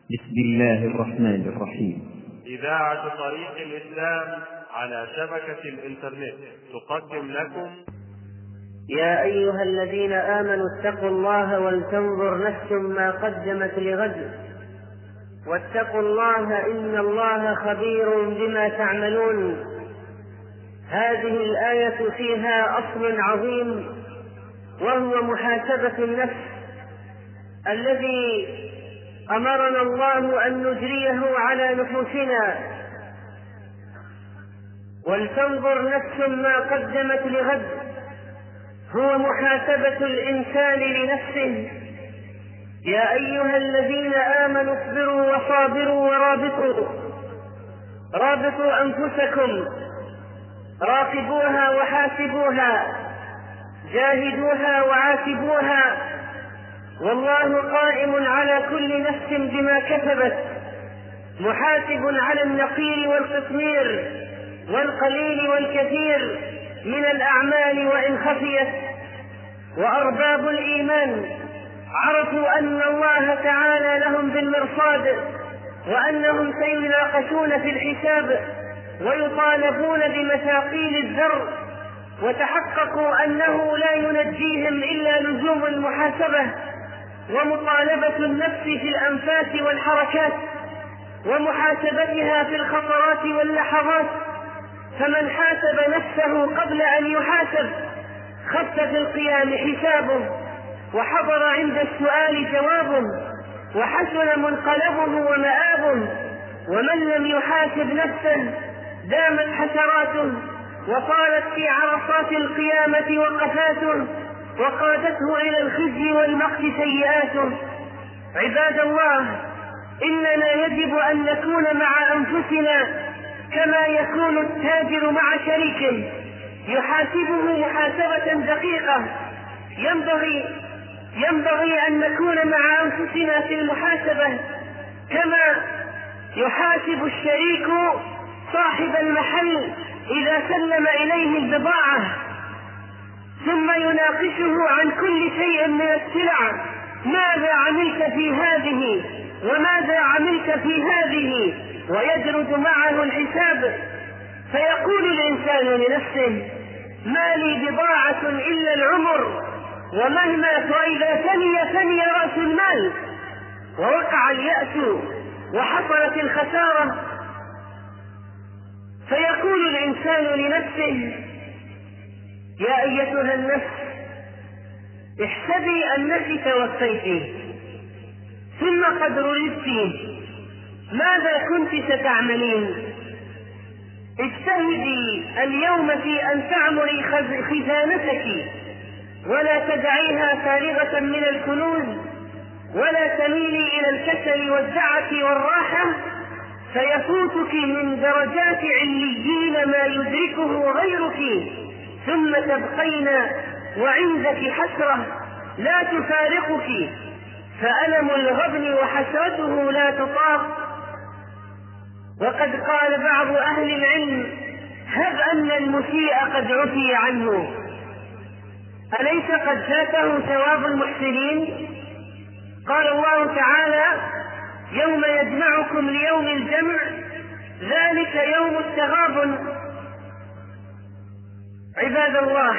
بسم الله الرحمن الرحيم. إذاعة طريق الإسلام على شبكة الإنترنت تقدم لكم: يا أيها الذين آمنوا اتقوا الله ولتنظر نفس ما قدمت لغد واتقوا الله إن الله خبير بما تعملون. هذه الآية فيها أصل عظيم، وهو محاسبة النفس الذي أمرنا الله أن نجريه على نفوسنا. ولتنظر نفس ما قدمت لغد هو محاسبة الإنسان لنفسه. يا أيها الذين آمنوا اصبروا وصابروا رابطوا أنفسكم، راقبوها وحاسبوها، جاهدوها وعاتبوها، والله قائم على كل نفس بما كسبت، محاسب على النقير والقطمير والقليل والكثير من الأعمال وإن خفيت. وأرباب الإيمان عرفوا أن الله تعالى لهم بالمرصاد، وأنهم سيناقشون في الحساب ويطالبون بمثاقيل الذر، وتحققوا أنه لا ينجيهم إلا لزوم المحاسبة ومطالبة النفس في الأنفاس والحركات ومحاسبتها في الخطرات واللحظات. فمن حاسب نفسه قبل أن يحاسب خف في القيام حسابه، وحضر عند السؤال جوابه، وحسن منقلبه ومآبه. ومن لم يحاسب نفسه دامت حسراته، وطالت في عرصات القيامة وقفاته، وقادته إلى الخزي والمقت سيئاته. عباد الله، إننا يجب أن نكون مع أنفسنا كما يكون التاجر مع شريكه، يحاسبه محاسبة دقيقة. ينبغي أن نكون مع أنفسنا في المحاسبة كما يحاسب الشريك صاحب المحل إذا سلم إليه البضاعة، ثم يناقشه عن كل شيء من السلع: ماذا عملت في هذه وماذا عملت في هذه، ويجرد معه الحساب. فيقول الإنسان لنفسه: ما لي بضاعة إلا العمر، ومهما وإذا فني رأس المال، ووقع اليأس وحصلت الخسارة. فيقول الإنسان لنفسه: يا أيتها النفس احسبي أنك توفيت ثم قد رددت، ماذا كنت ستعملين؟ اجتهدي اليوم في أن تعمري خزانتك، ولا تدعيها فارغة من الكنوز، ولا تميلي إلى الكسل والدعة والراحة، فيفوتك من درجات عليين ما يدركه غيرك، ثم تبقين وعندك حسرة لا تفارقك، فألم الغبن وحسرته لا تطاق. وقد قال بعض أهل العلم: هب أن المسيء قد عفي عنه، أليس قد فاته ثواب المحسنين؟ قال الله تعالى: يوم يجمعكم ليوم الجمع، ذلك يوم التغابن. عباد الله،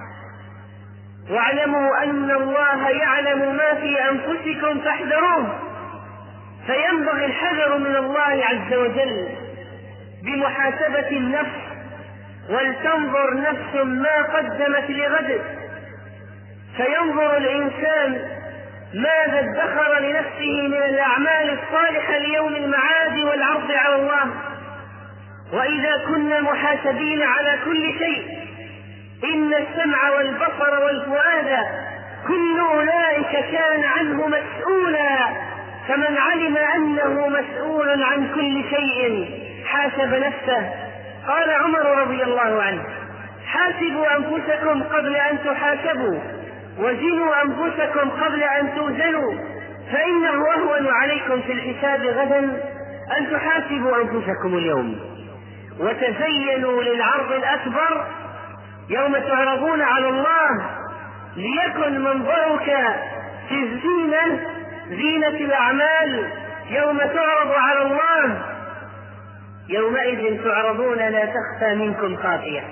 واعلموا أن الله يعلم ما في أنفسكم فاحذروه. فينبغي الحذر من الله عز وجل بمحاسبة النفس. ولتنظر نفس ما قدمت لغد، فينظر الإنسان ماذا ادخر لنفسه من الأعمال الصالحة ليوم المعاد والعرض على الله. وإذا كنا محاسبين على كل شيء، إن السمع والبصر والفؤاد كل أولئك كان عنه مسؤولا، فمن علم أنه مسؤول عن كل شيء حاسب نفسه. قال عمر رضي الله عنه: حاسبوا أنفسكم قبل أن تحاسبوا، وزنوا أنفسكم قبل أن توزنوا، فإنه أهون عليكم في الحساب غدا أن تحاسبوا أنفسكم اليوم. وتزينوا للعرض الأكبر يوم تعرضون على الله، ليكن منظرك في زينة الأعمال يوم يومئذ تعرضون لا تخفى منكم خافية.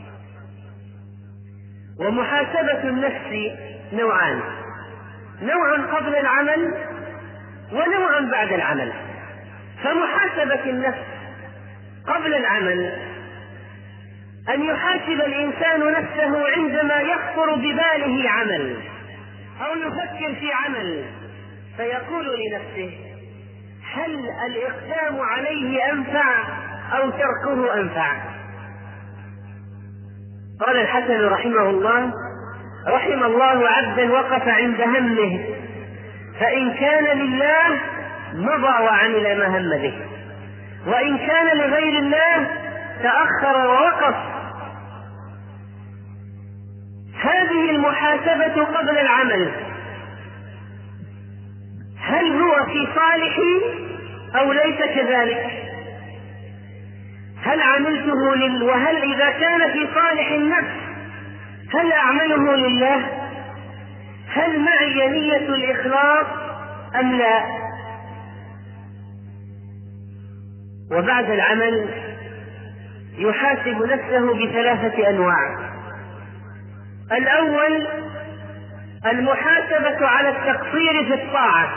ومحاسبة النفس نوعان: نوع قبل العمل ونوع بعد العمل. فمحاسبة النفس قبل العمل أن يحاسب الإنسان نفسه عندما يخطر بباله عمل أو يفكر في عمل، فيقول لنفسه: هل الإقدام عليه أنفع أو تركه أنفع؟ قال الحسن رحمه الله: رحم الله عبدا وقف عند همه، فإن كان لله مضى وعمل ما هم به، وإن كان لغير الله تأخر ووقف. هذه المحاسبة قبل العمل، هل هو في صالحي أو ليس كذلك؟ هل عملته وهل إذا كان في صالح النفس هل أعمله لله؟ هل معي نية الإخلاص أم لا؟ وبعد العمل يحاسب نفسه بثلاثة أنواع: الأول المحاسبة على التقصير في الطاعة،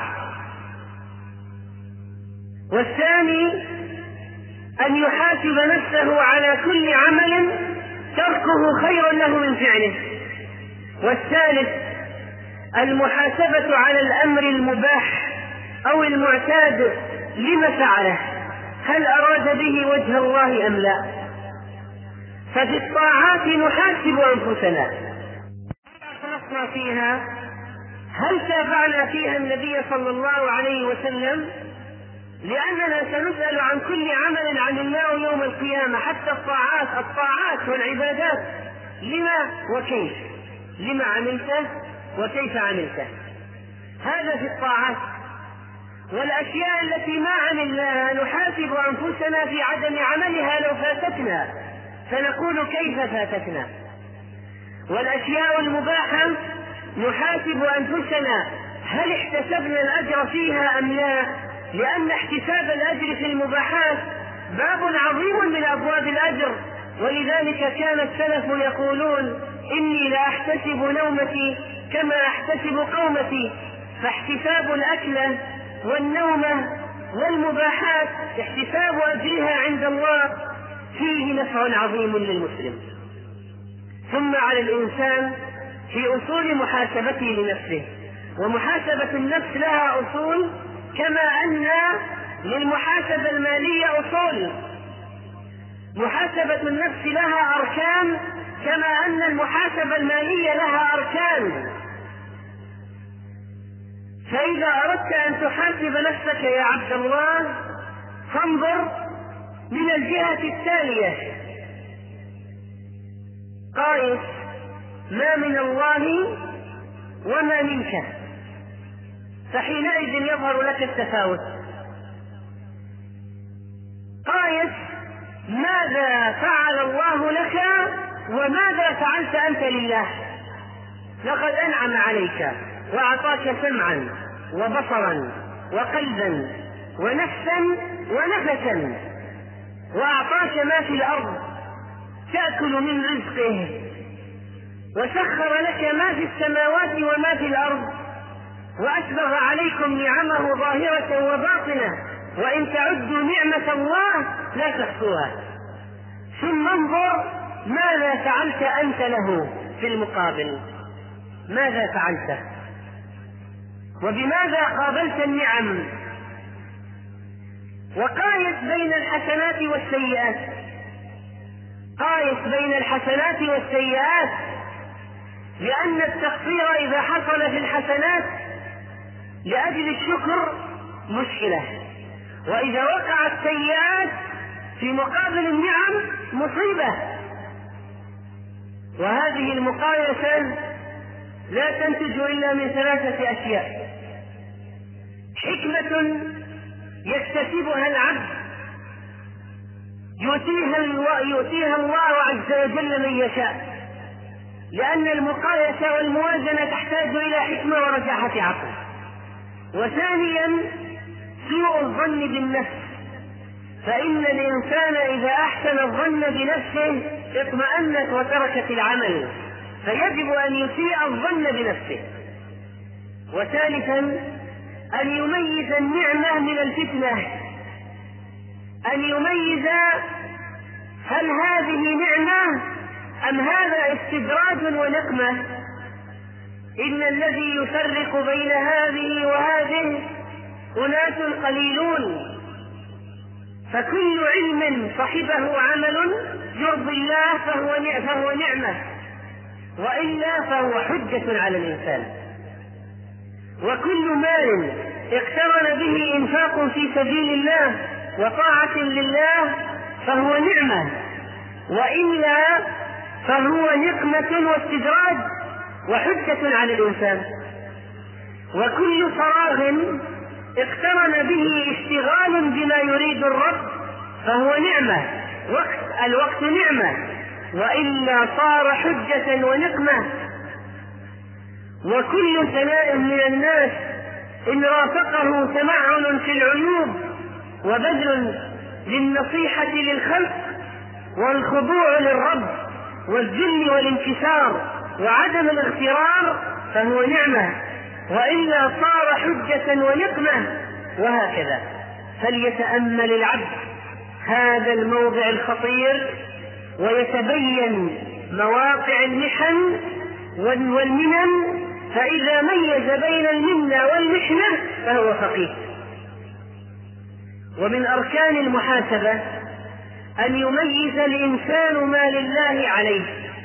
والثاني أن يحاسب نفسه على كل عمل تركه خير له من فعله، والثالث المحاسبة على الأمر المباح أو المعتاد لما فعله، هل أراد به وجه الله أم لا؟ ففي الطاعات نحاسب أنفسنا خلصنا فيها، هل تابعنا فيها النبي صلى الله عليه وسلم؟ لأننا سنسأل عن كل عمل عملناه يوم القيامة، حتى الطاعات والعبادات، لما وكيف، لما عملته وكيف عملته، هذا في الطاعات. والأشياء التي ما عملناها نحاسب أنفسنا في عدم عملها لو فاتتنا، فنقول كيف فاتتنا. والأشياء المباحة نحاسب أنفسنا هل احتسبنا الأجر فيها أم لا، لأن احتساب الأجر في المباحات باب عظيم من أبواب الأجر، ولذلك كان السلف يقولون: إني لا أحتسب نومتي كما أحتسب قومتي. فاحتساب الأكلة والنومة والمباحات احتساب أجرها عند الله فيه نفع عظيم للمسلم. ثم على الإنسان في أصول محاسبته لنفسه، ومحاسبة النفس لها أصول كما أن للمحاسبة المالية أصول. محاسبة النفس لها أركان كما أن المحاسبة المالية لها أركان. فإذا أردت أن تحاسب نفسك يا عبد الله فانظر من الجهة التالية: قايس ما من الله وما منك، فحينئذ يظهر لك التفاوت. قايس ماذا فعل الله لك وماذا فعلت أنت لله. لقد أنعم عليك وأعطاك سمعا وبصرا وقلبا ونفسا ونفسا، وأعطاك ما في الأرض تأكل من رزقه، وسخر لك ما في السماوات وما في الأرض، وأسبغ عليكم نعمه ظاهرة وباطنة، وإن تعدوا نعمة الله لا تحصوها. ثم انظر ماذا فعلت أنت له في المقابل، ماذا فعلت وبماذا قابلت النعم. وقايس بين الحسنات والسيئات، قايس بين الحسنات والسيئات، لأن التقصير إذا حصل في الحسنات لأجل الشكر مشكلة، وإذا وقعت السيئات في مقابل النعم مصيبة. وهذه المقايسة لا تنتج إلا من ثلاثة أشياء: حكمة يكتسبها العبد يؤتيها الله عز وجل من يشاء، لأن المقايسة والموازنة تحتاج إلى حكمة ورجاحة عقل. وثانيا سوء الظن بالنفس، فإن الإنسان إذا أحسن الظن بنفسه اطمأنت وتركت العمل، فيجب أن يسيء الظن بنفسه. وثالثا أن يميز النعمة من الفتنة، أن يميز هل هذه نعمة أم هذا استدراج ونقمة. إن الذي يفرق بين هذه وهذه أناس قليلون، فكل علم صحبه عمل يرضي الله فهو نعمة، وإلا فهو حجة على الإنسان. وكل مال اقترن به إنفاق في سبيل الله وطاعة لله فهو نعمة، وإلا فهو نقمة واستدراج وحجة على الإنسان. وكل فراغ اقترن به اشتغال بما يريد الرب فهو نعمة، الوقت نعمة، وإلا صار حجة ونقمة. وكل ثناء من الناس إن رافقه تمعن في العيوب وبذل للنصيحة للخلق والخضوع للرب والذل والانكسار وعدم الاغترار فهو نعمة، وإلا صار حجة ونقمة، وهكذا. فليتأمل العبد هذا الموضع الخطير ويتبين مواقع المحن والمنن، فإذا ميز بين المنة والمحنة فهو فقيه. ومن أركان المحاسبة أن يميز الإنسان ما لله عليه،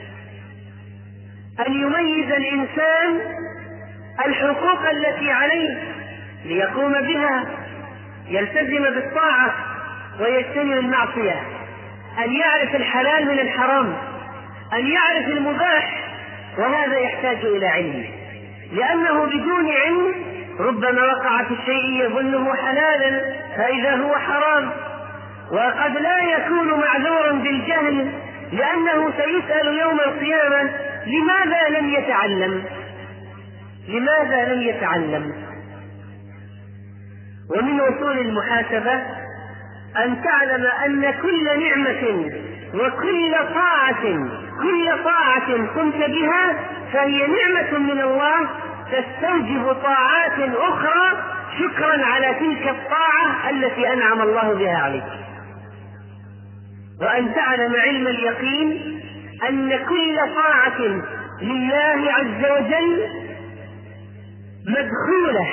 أن يميز الإنسان الحقوق التي عليه ليقوم بها، يلتزم بالطاعة ويجتنب المعصية، أن يعرف الحلال من الحرام، أن يعرف المباح، وهذا يحتاج إلى علم، لأنه بدون علم ربما وقع في الشيء يظنه حلالا فإذا هو حرام. وقد لا يكون معذورا بالجهل، لأنه سيسأل يوم القيامة لماذا لم يتعلم. ومن أصول المحاسبة أن تعلم أن كل نعمة وكل طاعة قمت بها فهي نعمة من الله تستوجب طاعات أخرى شكرا على تلك الطاعة التي أنعم الله بها عليك. وأن تعلم علم اليقين أن كل طاعة لله عز وجل مدخولة،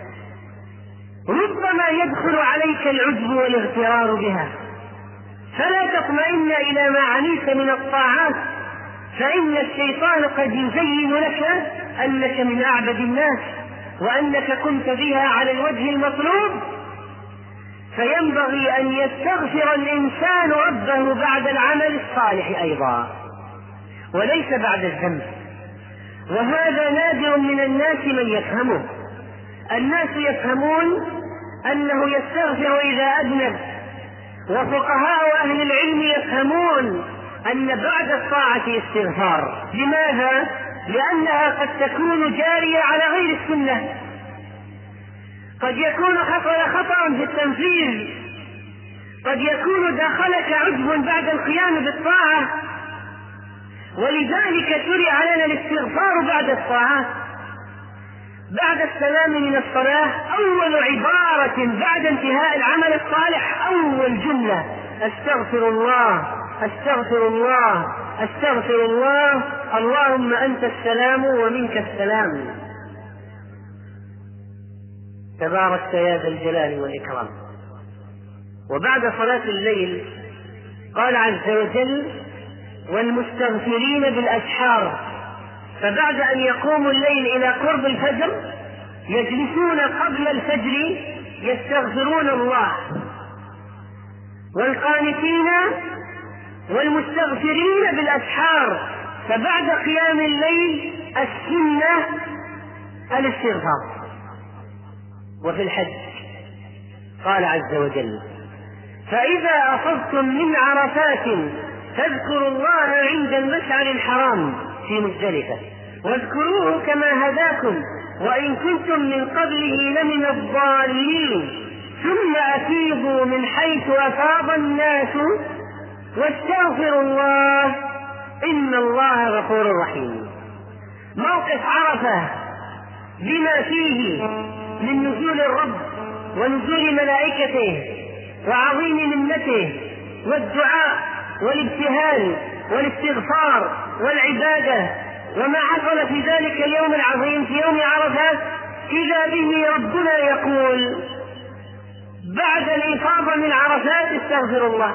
ربما يدخل عليك العجب والاغترار بها، فلا تطمئن إلى ما عليك من الطاعات، فإن الشيطان قد يزين لك أنك من أعبد الناس وأنك كنت بها على الوجه المطلوب، فينبغي أن يستغفر الإنسان ربه بعد العمل الصالح أيضا وليس بعد الذنب. وهذا نادر من الناس من يفهمه. الناس يفهمون أنه يستغفر إذا أذنب، وفقهاء أهل العلم يفهمون أن بعد الطاعة استغفار. لماذا؟ لأنها قد تكون جارية على غير السنة، قد يكون حصل خطأ في التنفيذ، قد يكون دخلك عجب بعد القيام بالطاعة، ولذلك شرع لنا الاستغفار بعد الطاعات. بعد السلام من الصلاة أول عبارة بعد انتهاء العمل الصالح أول جملة: أستغفر الله أستغفر الله أستغفر الله، اللهم أنت السلام ومنك السلام، تباركت يا ذا الجلال والإكرام. وبعد صلاة الليل قال عز وجل: والمستغفرين بالأسحار، فبعد أن يقوم الليل إلى قرب الفجر يجلسون قبل الفجر يستغفرون الله. والقانتين والمستغفرين بالأسحار، فبعد قيام الليل السنة الاستغفار. وفي الحج قال عز وجل: فإذا أفضتم من عرفات فاذكروا الله عند المشعر الحرام في مزدلفة واذكروه كما هداكم وإن كنتم من قبله لمن الضالين ثم أفيضوا من حيث أفاض الناس واستغفروا الله إن الله غفور رحيم. موقف عرفة بما فيه من نزول الرب ونزول ملائكته وعظيم منته والدعاء والابتهال والاستغفار والعبادة وما حصل في ذلك اليوم العظيم في يوم عرفة، إذا به ربنا يقول بعد الإفاضة من عرفات استغفر الله،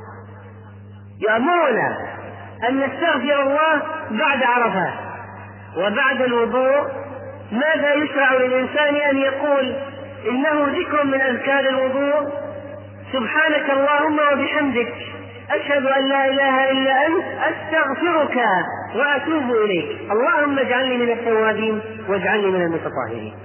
يأمرنا أن نستغفر الله بعد عرفات. وبعد الوضوء ماذا يشرع للإنسان أن يقول؟ إنه ذكر من أذكار الوضوء: سبحانك اللهم وبحمدك أشهد أن لا إله إلا أنت أستغفرك وأتوب إليك، اللهم اجعلني من التوابين واجعلني من المتطهرين.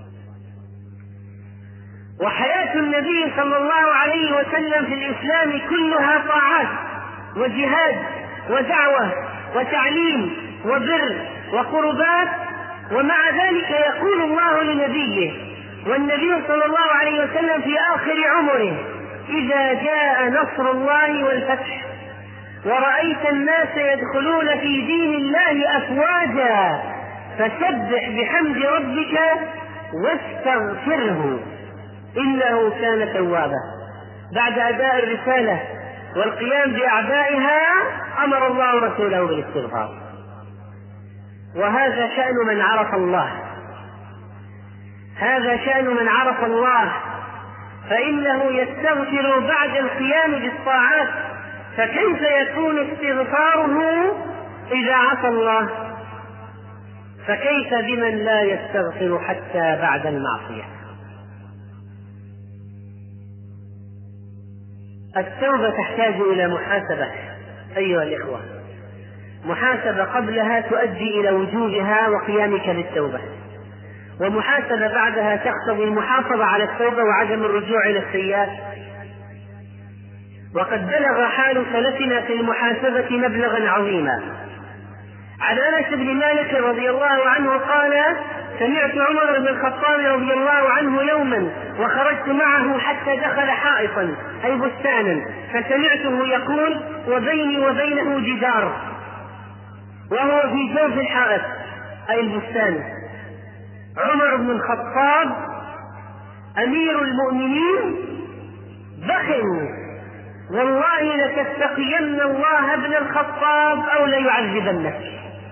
وحياة النبي صلى الله عليه وسلم في الإسلام كلها طاعات وجهاد ودعوة وتعليم وبر وقربات، ومع ذلك يقول الله لنبيه والنبي صلى الله عليه وسلم في آخر عمره: إذا جاء نصر الله والفتح ورأيت الناس يدخلون في دين الله أفواجا فسبح بحمد ربك واستغفره إنه كان توابا. بعد أداء الرسالة والقيام بأعبائها أمر الله رسوله بالاستغفار. وهذا شأن من عرف الله، هذا شأن من عرف الله، فإنه يستغفر بعد القيام بالطاعات، فكيف يكون استغفاره إذا عصى الله؟ فكيف بمن لا يستغفر حتى بعد المعصية؟ التوبة تحتاج إلى محاسبة أيها الإخوة، محاسبة قبلها تؤدي إلى وجوبها وقيامك بالتوبة، ومحاسبة بعدها تقتضي المحافظة على التوبة وعدم الرجوع إلى السيئات. وقد بلغ حال سلفنا في المحاسبة مبلغا عظيما. عن أنس بن مالك رضي الله عنه قال: سمعت عمر بن الخطاب رضي الله عنه يوما وخرجت معه حتى دخل حائطا أي بستانا، فسمعته يقول: وبيني وبينه جدار، وهو في جوف الحائط أي البستان. عمر بن الخطاب أمير المؤمنين بخل: والله لتتقين الله ابن الخطاب أو ليعذبنك.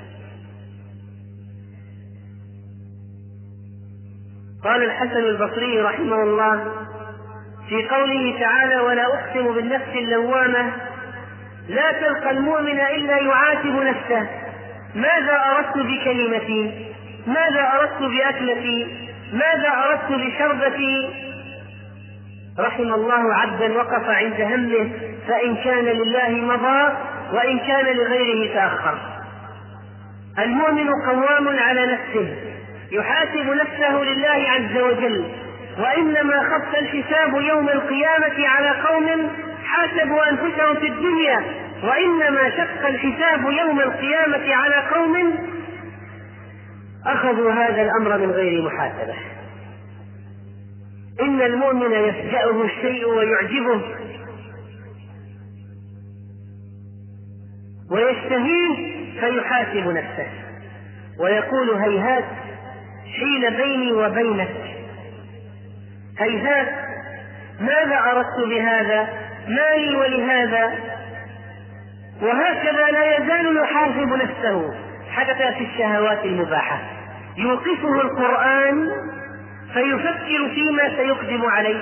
قال الحسن البصري رحمه الله في قوله تعالى: ولا أقسم بالنفس اللوامة: لا تلقى المؤمن إلا يعاتب نفسه: ماذا أردت بكلمتي؟ ماذا أردت بأكلتي؟ ماذا أردت بشربتي؟ رحم الله عبدا وقف عند همه، فإن كان لله مضى وإن كان لغيره تأخر. المؤمن قوام على نفسه يحاسب نفسه لله عز وجل، وإنما خف الحساب يوم القيامة على قوم حاسبوا أنفسهم في الدنيا، وإنما شق الحساب يوم القيامة على قوم أخذوا هذا الأمر من غير محاسبة. إن المؤمن يفجأه الشيء ويعجبه ويشتهيه فيحاسب نفسه ويقول: هيهات حيل بيني وبينك، هيهات، ماذا أردت بهذا؟ ما لي ولهذا؟ وهكذا لا يزال يحاسب نفسه حتى في الشهوات المباحة. يوقفه القرآن فيفكر فيما سيقدم عليه.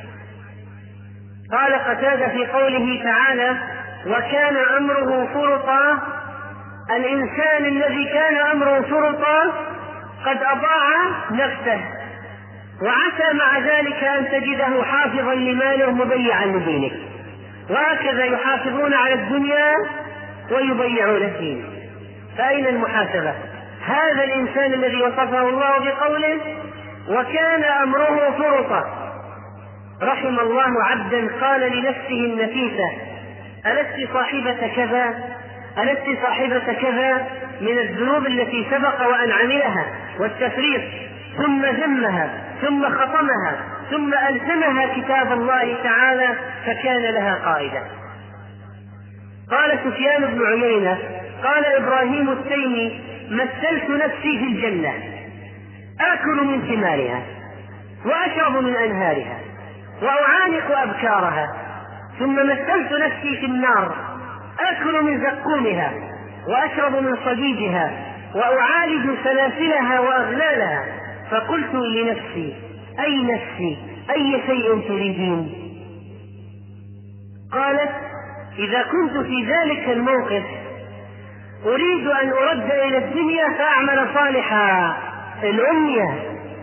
قال قتادة في قوله تعالى: وكان أمره فرطا: الإنسان الذي كان أمره فرطا قد أضاع نفسه، وعسى مع ذلك أن تجده حافظا لماله مضيعا لدينه. وهكذا يحافظون على الدنيا ويضيعون الدين. فأين المحاسبة؟ هذا الإنسان الذي وصفه الله بقوله: وكان أمره فرطا. رحم الله عبدا قال لنفسه النفيسة: ألست صاحبة كذا؟ ألست صاحبة كذا؟ من الذنوب التي سبق وأن عملها والتفريط، ثم ذمها ثم خطمها ثم ألزمها كتاب الله تعالى فكان لها قائدة. قال سفيان بن عيينة قال إبراهيم التيمي: مثلت نفسي في الجنة آكل من ثمارها وأشرب من أنهارها وأعانق أبكارها، ثم مثلت نفسي في النار آكل من زقومها وأشرب من صديدها وأعالج سلاسلها وأغلالها، فقلت لنفسي: أي نفسي أي شيء تريدين؟ قالت: إذا كنت في ذلك الموقف أريد أن أرد إلى الدنيا فأعمل صالحا، الأمنية.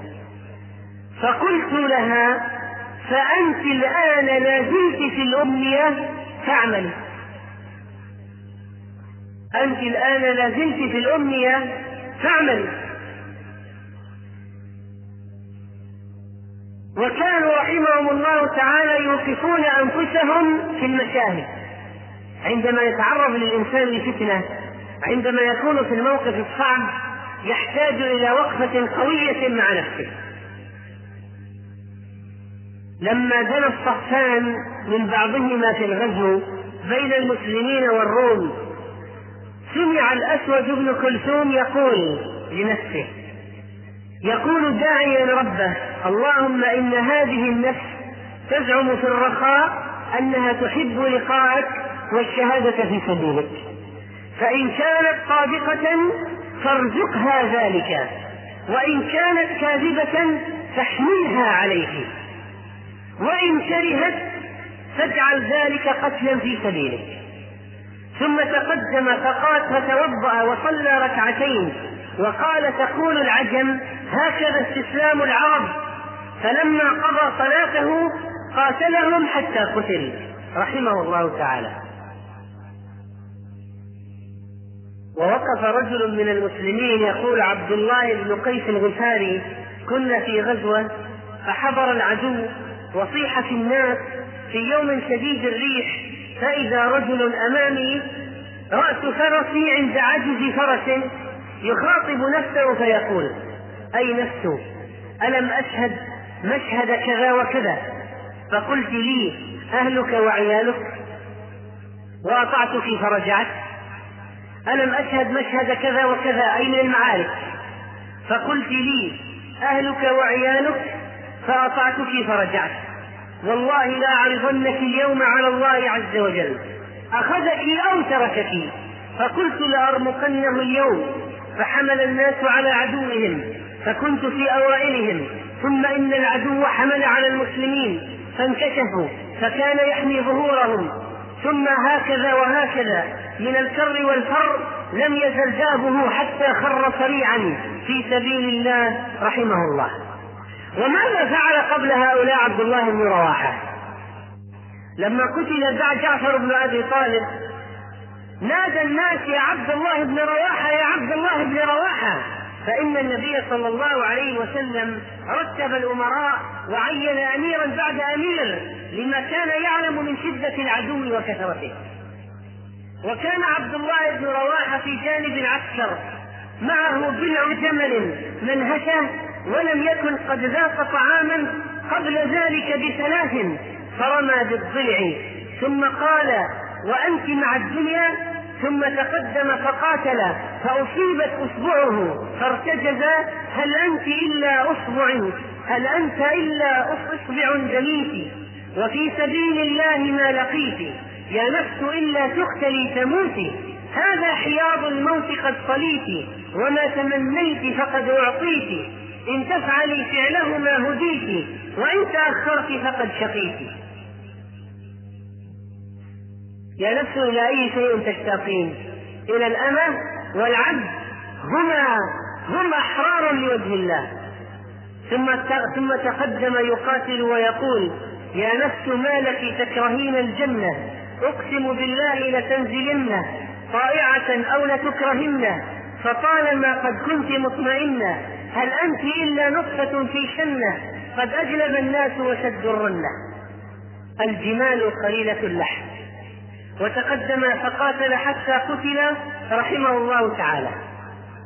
فقلت لها: فأنت الآن لازلت في الأمنية فاعملي، أنت الآن لازلت في الأمنية فاعملي. وكانوا رحمهم الله تعالى يوقفون أنفسهم في المشاهد عندما يتعرض للإنسان لفتنة، عندما يكون في الموقف الصعب يحتاج إلى وقفة قوية مع نفسه. لما دنا الصفان من بعضهما في الغزو بين المسلمين والروم، سمع الأسود بن كلثوم يقول لنفسه، يقول داعيا ربه: اللهم إن هذه النفس تزعم في الرخاء أنها تحب لقاءك والشهادة في سبيلك، فإن كانت صادقة فارزقها ذلك، وإن كانت كاذبة فاحملها عليه، وإن كرهت فاجعل ذلك قتلا في سبيلك. ثم تقدم فتوضأ وصلى ركعتين وقال: تقول العجم هكذا استسلام العرب، فلما قضى صلاته قاتلهم حتى قتل رحمه الله تعالى. ووقف رجل من المسلمين يقول عبد الله بن قيس الغفاري: كنا في غزوة فحضر العدو وصيح في الناس في يوم شديد الريح، فإذا رجل أمامي رأس فرسي عند عجز فرس يخاطب نفسه فيقول: أي نفس ألم أشهد مشهد كذا وكذا؟ فقلت لي: أهلك وعيالك؟ وأطعتك فرجعت. ألم أشهد مشهد كذا وكذا أي من المعارك؟ فقلت لي: أهلك وعيالك؟ فأطعتك فرجعت. والله لا أعرضنك اليوم على الله عز وجل، أخذك أو تركك. فقلت: لأرمقنه اليوم. فحمل الناس على عدوهم فكنت في أوائلهم، ثم إن العدو حمل على المسلمين فانكشفوا فكان يحمي ظهورهم، ثم هكذا وهكذا من الكر والفر لم يزل دابه حتى خر صريعا في سبيل الله رحمه الله. وماذا فعل قبل هؤلاء عبد الله بن رواحة؟ لما قتل جعفر بن أبي طالب نادى الناس: يا عبد الله بن رواحة، يا عبد الله بن رواحة، فإن النبي صلى الله عليه وسلم رتب الأمراء وعين أميرا بعد أمير لما كان يعلم من شدة العدو وكثرته. وكان عبد الله بن رواحة في جانب العسكر معه بلع جمل منهشة، ولم يكن قد ذاق طعاما قبل ذلك ب3، فرمى بالضلع ثم قال: وأنت مع الدنيا؟ ثم تقدم فقاتل فأصيبت أصبعه فارتجز: هل أنت إلا أصبع دميت، وفي سبيل الله ما لقيت، يا نفس إلا تقتلي تموتي، هذا حياض الموت قد صليت، وما تمنيت فقد أعطيت، إن تفعلي فعله ما هديت، وإن تأخرت فقد شقيت. يا نفس إلى أي شيء تشتاقين؟ إلى الأمة والعبد، هم أحرار لوجه الله. ثم تقدم يقاتل ويقول: يا نفس ما لك تكرهين الجنة، أقسم بالله لتنزلن طائعة أو لتكرهن، فطالما قد كنت مطمئنة، هل أنت إلا نطفة في شنة، قد أجلب الناس وشدوا الرنة، الجمال قليلة اللحم. وتقدم فقاتل حتى قتل رحمه الله تعالى.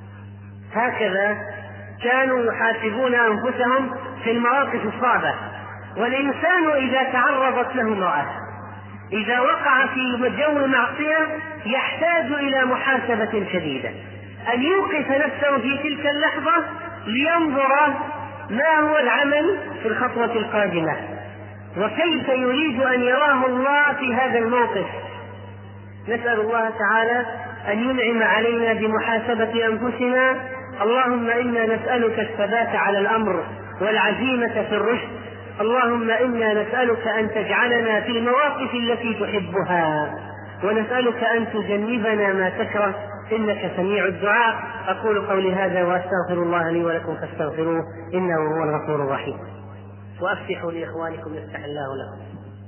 هكذا كانوا يحاسبون أنفسهم في المواقف الصعبة. والإنسان إذا تعرضت له امرأة، إذا وقع في جو معصية يحتاج إلى محاسبة شديدة، أن يوقف نفسه في تلك اللحظة لينظر ما هو العمل في الخطوة القادمة، وكيف يريد أن يراه الله في هذا الموقف. نسأل الله تعالى أن ينعم علينا بمحاسبة أنفسنا. اللهم إنا نسألك الثبات على الأمر والعزيمة في الرشد. اللهم إنا نسألك أن تجعلنا في المواقف التي تحبها، ونسألك أن تجنبنا ما تكره، إنك سميع الدعاء. أقول قولي هذا وأستغفر الله لي ولكم فاستغفروه إنه هو الغفور الرحيم. وأفتحوا لإخوانكم يفتح الله لكم.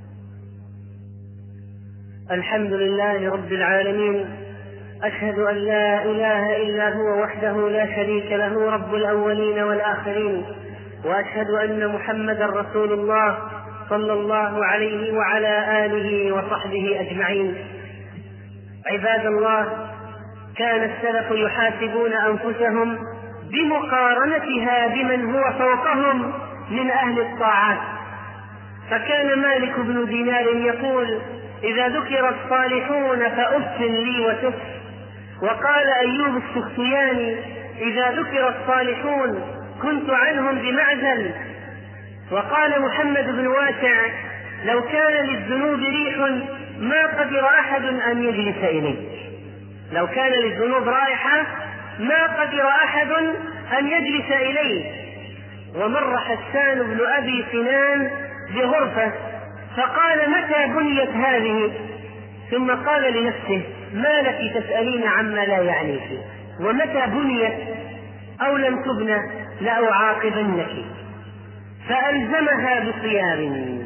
الحمد لله رب العالمين، أشهد أن لا إله إلا هو وحده لا شريك له رب الأولين والآخرين، وأشهد أن محمدا رسول الله صلى الله عليه وعلى آله وصحبه أجمعين. عباد الله، كان السلف يحاسبون أنفسهم بمقارنتها بمن هو فوقهم من أهل الطاعات. فكان مالك بن دينار يقول: إذا ذكر الصالحون فأف لي وتف. وقال أيوب السختياني: إذا ذكر الصالحون كنت عنهم بمعزل. وقال محمد بن واسع: لو كان للذنوب ريح ما قدر أحد أن يجلس إليه. لو كان للذنوب رائحة ما قدر أحد أن يجلس إليه. ومر حسان بن أبي سنان بغرفة فقال: متى بنيت هذه؟ ثم قال لنفسه: ما لك تسألين عما لا يعنيك، ومتى بنيت أو لم تبنى لأعاقبنك. فألزمها بصيام.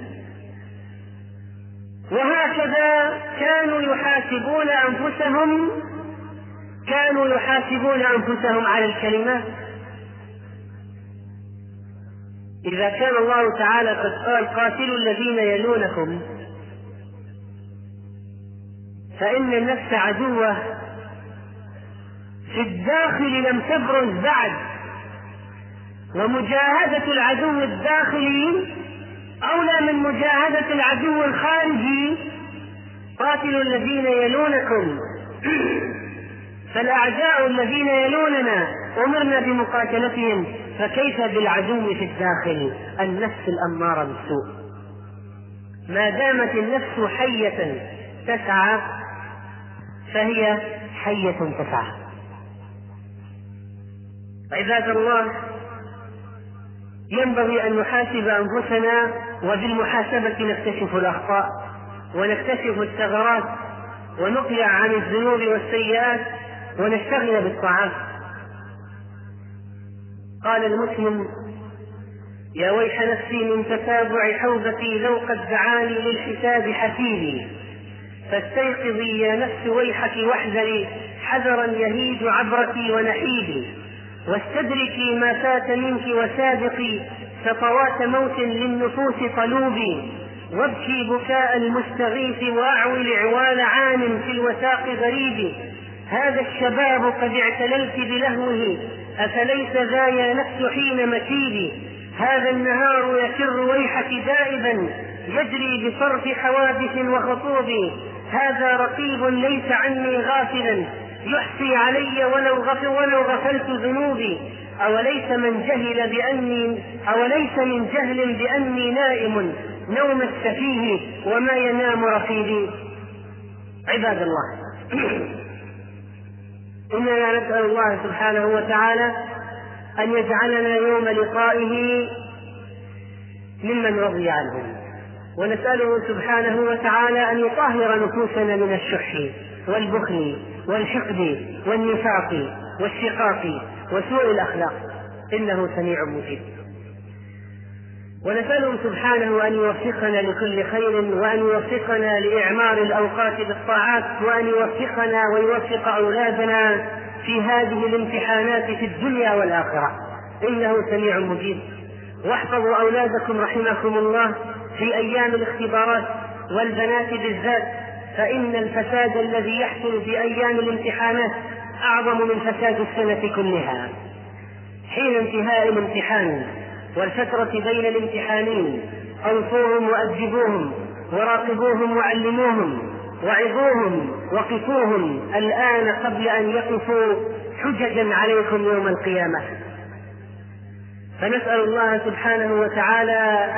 وهكذا كانوا يحاسبون أنفسهم على الكلمات. إذا كان الله تعالى قد قال: قاتلوا الذين يلونكم، فإن النفس عدوة في الداخل لم تبرز بعد، ومجاهدة العدو الداخلي أولى من مجاهدة العدو الخارجي. قاتلوا الذين يلونكم، فالأعداء الذين يلوننا أمرنا بمقاتلتهم، فكيف بالعدو في الداخل النفس الأمارة بالسوء؟ ما دامت النفس حية تسعى فهي حية تسعى. عباد الله، ينبغي أن نحاسب أنفسنا، وبالمحاسبة نكتشف الأخطاء ونكتشف الثغرات ونقلع عن الذنوب والسيئات ونشتغل بالطاعات. قال المسلم: يا ويح نفسي من تتابع حوزتي، لو قد دعاني للحساب حسيبي. فاستيقظي يا نفس ويحك واحذري، حذرا يهيج عبرك ونحيبي. واستدركي ما فات منك وسابقي، خطوات موت للنفوس طلوبي. وابكي بكاء المستغيث وأعول عوال عان في الوثاق غريب. هذا الشباب قد اعتللت بلهوه، أفليس ذا يا نفس حين مكيبي. هذا النهار يسر ويحك دائبا، يجري بصرف حوادث وخطوب. هذا رقيب ليس عني غافلا، يحصي علي ولو غفلت ذنوبي. أوليس من جهل بأني نائم نوم السفيه، وما ينام رقيبي. عباد الله، إننا نسأل الله سبحانه وتعالى أن يجعلنا يوم لقائه ممن رضي عنهم، ونسأله سبحانه وتعالى أن يطهر نفوسنا من الشح والبخل والحقد والنفاق والشقاق وسوء الأخلاق، إنه سميع مجيب. ونسأله سبحانه أن يوفقنا لكل خير، وأن يوفقنا لإعمار الأوقات بالطاعات، وأن يوفقنا ويوفق أولادنا في هذه الامتحانات في الدنيا والآخرة، إنه سميع مجيب. واحفظوا أولادكم رحمكم الله في أيام الاختبارات، والبنات بالذات، فإن الفساد الذي يحصل في أيام الامتحانات أعظم من فساد السنة كلها. حين انتهاء الامتحان والفترة بين الامتحانين أوصوهم وأدبوهم، وراقبوهم وعلموهم، وعظوهم وقفوهم الآن قبل أن يقفوا حججا عليكم يوم القيامة. فنسأل الله سبحانه وتعالى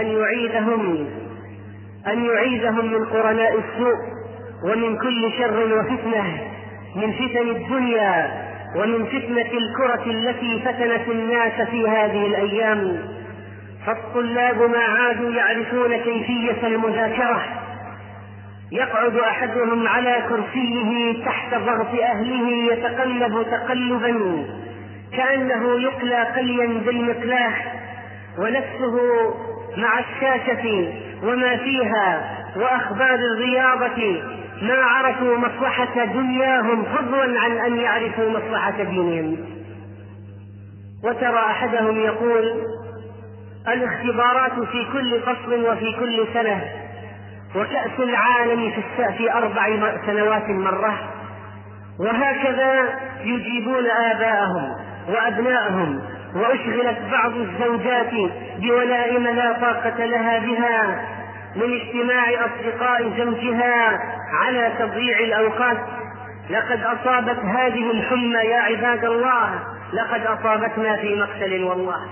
أن يعيذهم من قرناء السوء ومن كل شر وفتنة، من فتن الدنيا ومن فتنة الكرة التي فتنت الناس في هذه الأيام. فالطلاب ما عادوا يعرفون كيفية المذاكرة، يقعد أحدهم على كرسيه تحت ضغط أهله يتقلب تقلبا كأنه يقلى قليا بالمقلاح، ونفسه مع الشاشة وما فيها وأخبار الرياضة ما عرفوا مصلحة دنياهم فضلا عن أن يعرفوا مصلحة دينهم. وترى أحدهم يقول: الاختبارات في كل فصل وفي كل سنة، وكأس العالم في 4 سنوات مرة. وهكذا يجيبون آباءهم وأبناءهم، وأشغلت بعض الزوجات بولائم لا طاقة لها بها من اجتماع أصدقاء زوجها على تضييع الأوقات. لقد أصابت هذه الحمى يا عباد الله، لقد أصابتنا في مقتل والله.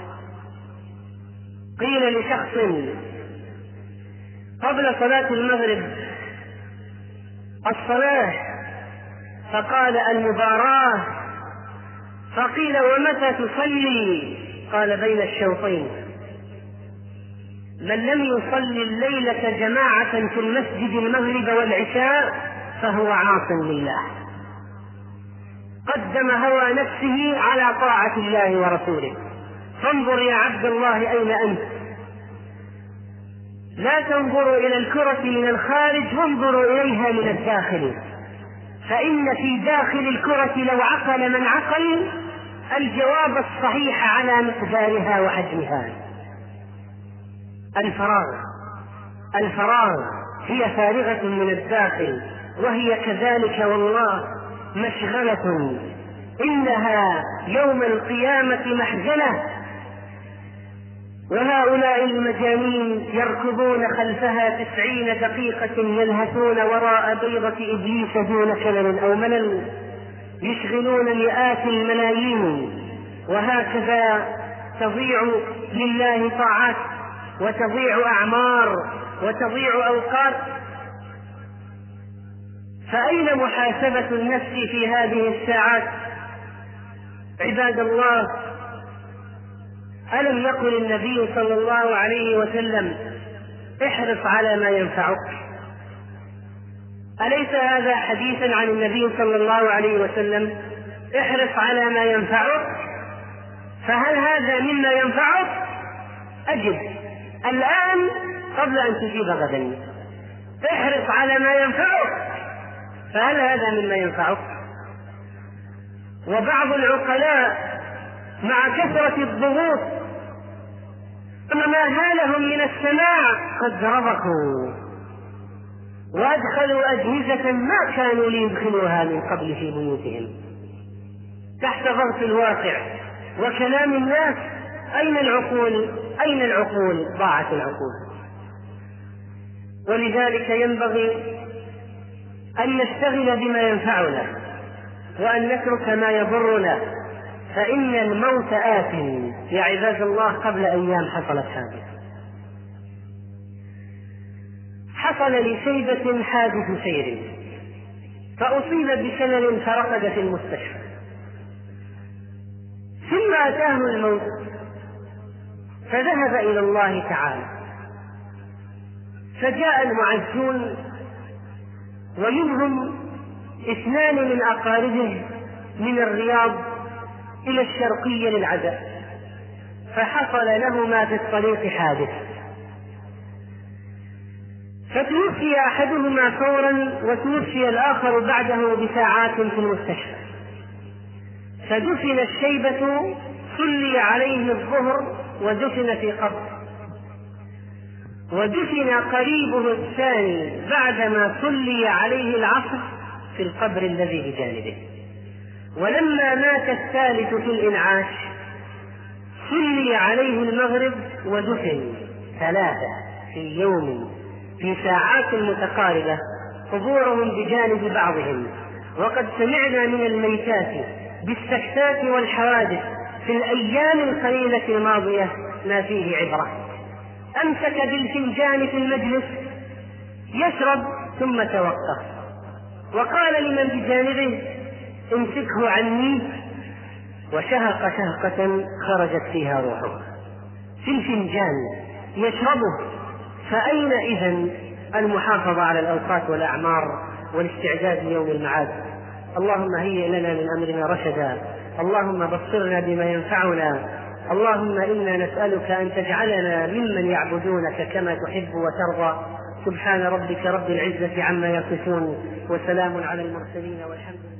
قيل لشخص قبل صلاة المغرب: الصلاة، فقال: المباراة. فقيل: ومتى تصلي؟ قال: بين الشوطين. من لم يصلي الليلة جماعة في المسجد المغرب والعشاء فهو عاص لله، قدم هوى نفسه على طاعة الله ورسوله. فانظر يا عبد الله أين أنت، لا تنظروا إلى الكرة من الخارج، وانظروا إليها من الداخل، فإن في داخل الكرة لو عقل من عقل الجواب الصحيح على مقدارها وحجمها. الفراغ هي فارغة من الداخل، وهي كذلك والله مشغلة، إنها يوم القيامة محزنة. وهؤلاء المجانين يركضون خلفها 90 دقيقة يلهثون وراء بيضة إبليس دون كلل أو ملل، يشغلون مئات الملايين، وهكذا تضيع لله طاعات، وتضيع أعمار، وتضيع أوقات. فأين محاسبة النفس في هذه الساعات عباد الله؟ ألم يقل النبي صلى الله عليه وسلم: احرص على ما ينفعك؟ أليس هذا حديثا عن النبي صلى الله عليه وسلم؟ احرص على ما ينفعك. فهل هذا مما ينفعك؟ أجب الآن قبل أن تجيب غدا. احرص على ما ينفعك، فهل هذا مما ينفعك؟ وبعض العقلاء مع كثرة الضغوط وما هالهم من السماع قد رضخوا وأدخلوا أجهزة ما كانوا ليدخلوها من قبل في بيوتهم تحت ضغط الواقع وكلام الناس. أين العقول؟ أين العقول؟ ضاعت العقول. ولذلك ينبغي أن نشتغل بما ينفعنا وأن نترك ما يضرنا، فإن الموت آت يا عباد الله. قبل أيام حصلت هذه، حصل لشيبة حادث سير فأصيب بشلل فرقد في المستشفى، ثم أتاه الموت فذهب إلى الله تعالى، فجاء المعزون ومنهم 2 من أقاربه من الرياض إلى الشرقية للعزاء، فحصل لهما في الطريق حادث، فتوفي أحدهما فورا وتوفي الآخر بعده بساعات في المستشفى. فدفن الشيبة، صلي عليه الظهر ودفن في قبر، ودفن قريبه الثاني بعدما صلي عليه العصر في القبر الذي بجانبه. ولما مات الثالث في الإنعاش صلي عليه المغرب ودفن 3 في يوم في ساعات متقاربة قبورهم بجانب بعضهم، وقد سمعنا من الميتات بالسكتات والحوادث في الأيام القليلة الماضية ما فيه عبرة. أمسك بالفنجان في المجلس يشرب ثم توقف، وقال لمن بجانبه امسكه عني، وشهق شهقة خرجت فيها روحه في الفنجان يشربه. فأين إذن المحافظة على الأوقات والأعمار والاستعداد ليوم المعاد؟ اللهم هيئ لنا من أمرنا رشدا، اللهم بصرنا بما ينفعنا، اللهم إنا نسألك أن تجعلنا ممن يعبدونك كما تحب وترضى. سبحان ربك رب العزة عما يصفون، وسلام على المرسلين، والحمد لله.